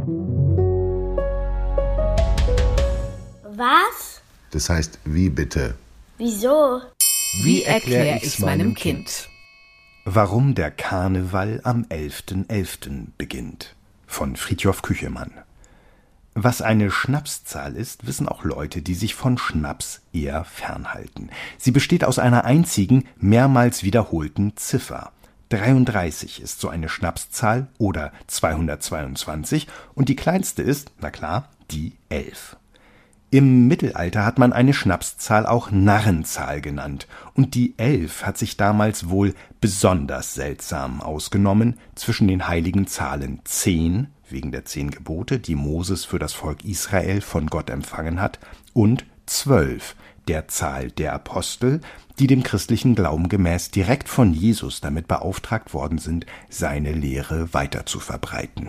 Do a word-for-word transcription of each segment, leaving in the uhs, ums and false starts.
Was? Das heißt, wie bitte? Wieso? Wie erkläre ich's meinem Kind? Warum der Karneval am elften elften beginnt. Von Fridtjof Küchemann. Was eine Schnapszahl ist, wissen auch Leute, die sich von Schnaps eher fernhalten. Sie besteht aus einer einzigen, mehrmals wiederholten Ziffer. dreiunddreißig ist so eine Schnapszahl oder zweihundertzweiundzwanzig und die kleinste ist, na klar, die elf. Im Mittelalter hat man eine Schnapszahl auch Narrenzahl genannt und die elf hat sich damals wohl besonders seltsam ausgenommen zwischen den heiligen Zahlen zehn, wegen der zehn Gebote, die Moses für das Volk Israel von Gott empfangen hat, und zwölf, der Zahl der Apostel, die dem christlichen Glauben gemäß direkt von Jesus damit beauftragt worden sind, seine Lehre weiter zu verbreiten.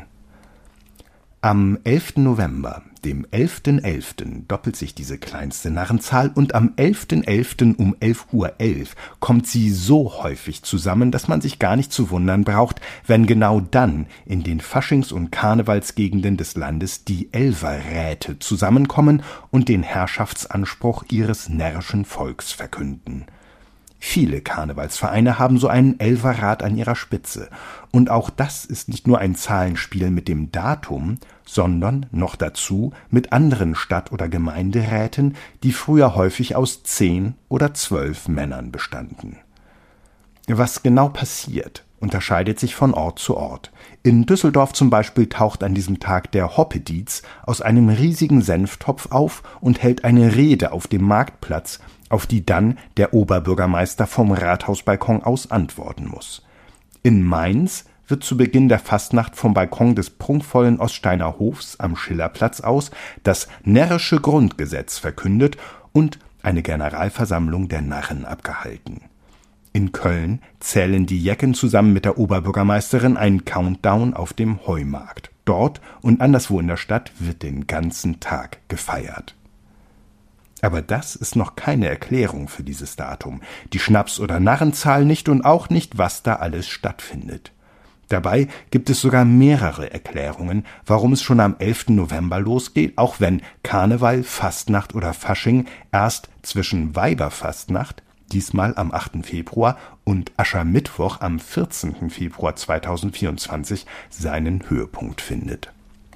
Am elften November, dem elften elften, doppelt sich diese kleinste Narrenzahl und am elften elften um elf Uhr elf kommt sie so häufig zusammen, dass man sich gar nicht zu wundern braucht, wenn genau dann in den Faschings- und Karnevalsgegenden des Landes die Elferräte zusammenkommen und den Herrschaftsanspruch ihres närrischen Volks verkünden. Viele Karnevalsvereine haben so einen Elferrat an ihrer Spitze. Und auch das ist nicht nur ein Zahlenspiel mit dem Datum, sondern noch dazu mit anderen Stadt- oder Gemeinderäten, die früher häufig aus zehn oder zwölf Männern bestanden. Was genau passiert, unterscheidet sich von Ort zu Ort. In Düsseldorf zum Beispiel taucht an diesem Tag der Hoppedietz aus einem riesigen Senftopf auf und hält eine Rede auf dem Marktplatz, auf die dann der Oberbürgermeister vom Rathausbalkon aus antworten muss. In Mainz wird zu Beginn der Fastnacht vom Balkon des prunkvollen Oststeiner Hofs am Schillerplatz aus das närrische Grundgesetz verkündet und eine Generalversammlung der Narren abgehalten. In Köln zählen die Jecken zusammen mit der Oberbürgermeisterin einen Countdown auf dem Heumarkt. Dort und anderswo in der Stadt wird den ganzen Tag gefeiert. Aber das ist noch keine Erklärung für dieses Datum, die Schnaps- oder Narrenzahl nicht und auch nicht, was da alles stattfindet. Dabei gibt es sogar mehrere Erklärungen, warum es schon am elften November losgeht, auch wenn Karneval, Fastnacht oder Fasching erst zwischen Weiberfastnacht, diesmal am achten Februar, und Aschermittwoch am vierzehnten Februar zweitausendvierundzwanzig seinen Höhepunkt findet.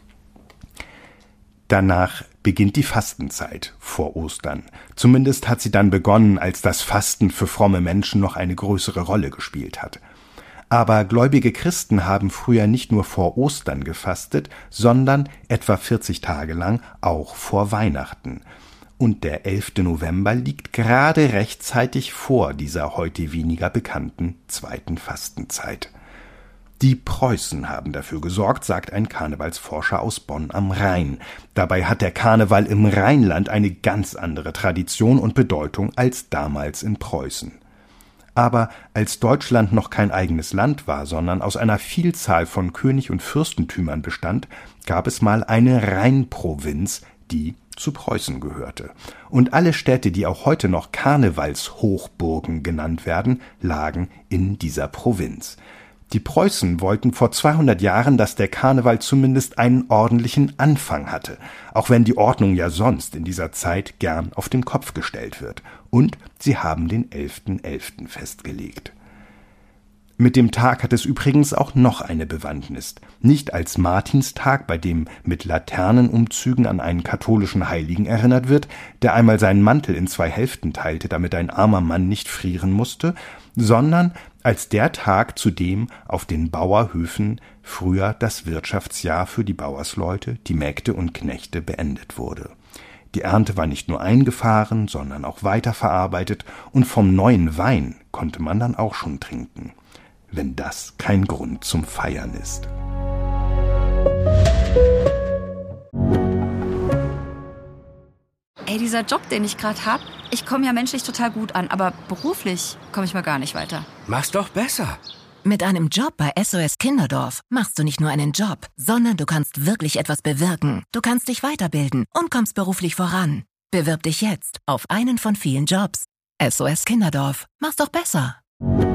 Danach beginnt die Fastenzeit vor Ostern. Zumindest hat sie dann begonnen, als das Fasten für fromme Menschen noch eine größere Rolle gespielt hat. Aber gläubige Christen haben früher nicht nur vor Ostern gefastet, sondern etwa vierzig Tage lang auch vor Weihnachten. Und der elfte November liegt gerade rechtzeitig vor dieser heute weniger bekannten zweiten Fastenzeit. Die Preußen haben dafür gesorgt, sagt ein Karnevalsforscher aus Bonn am Rhein. Dabei hat der Karneval im Rheinland eine ganz andere Tradition und Bedeutung als damals in Preußen. Aber als Deutschland noch kein eigenes Land war, sondern aus einer Vielzahl von König- und Fürstentümern bestand, gab es mal eine Rheinprovinz, die zu Preußen gehörte. Und alle Städte, die auch heute noch Karnevalshochburgen genannt werden, lagen in dieser Provinz. Die Preußen wollten vor zweihundert Jahren, dass der Karneval zumindest einen ordentlichen Anfang hatte, auch wenn die Ordnung ja sonst in dieser Zeit gern auf den Kopf gestellt wird. Und sie haben den elften elften festgelegt. Mit dem Tag hat es übrigens auch noch eine Bewandtnis. Nicht als Martinstag, bei dem mit Laternenumzügen an einen katholischen Heiligen erinnert wird, der einmal seinen Mantel in zwei Hälften teilte, damit ein armer Mann nicht frieren musste, sondern als der Tag, zu dem auf den Bauerhöfen früher das Wirtschaftsjahr für die Bauersleute, die Mägde und Knechte beendet wurde. Die Ernte war nicht nur eingefahren, sondern auch weiterverarbeitet, und vom neuen Wein konnte man dann auch schon trinken. Wenn das kein Grund zum Feiern ist. Ey, dieser Job, den ich gerade hab, ich komme ja menschlich total gut an, aber beruflich komme ich mal gar nicht weiter. Mach's doch besser. Mit einem Job bei S O S Kinderdorf machst du nicht nur einen Job, sondern du kannst wirklich etwas bewirken. Du kannst dich weiterbilden und kommst beruflich voran. Bewirb dich jetzt auf einen von vielen Jobs. S O S Kinderdorf. Mach's doch besser.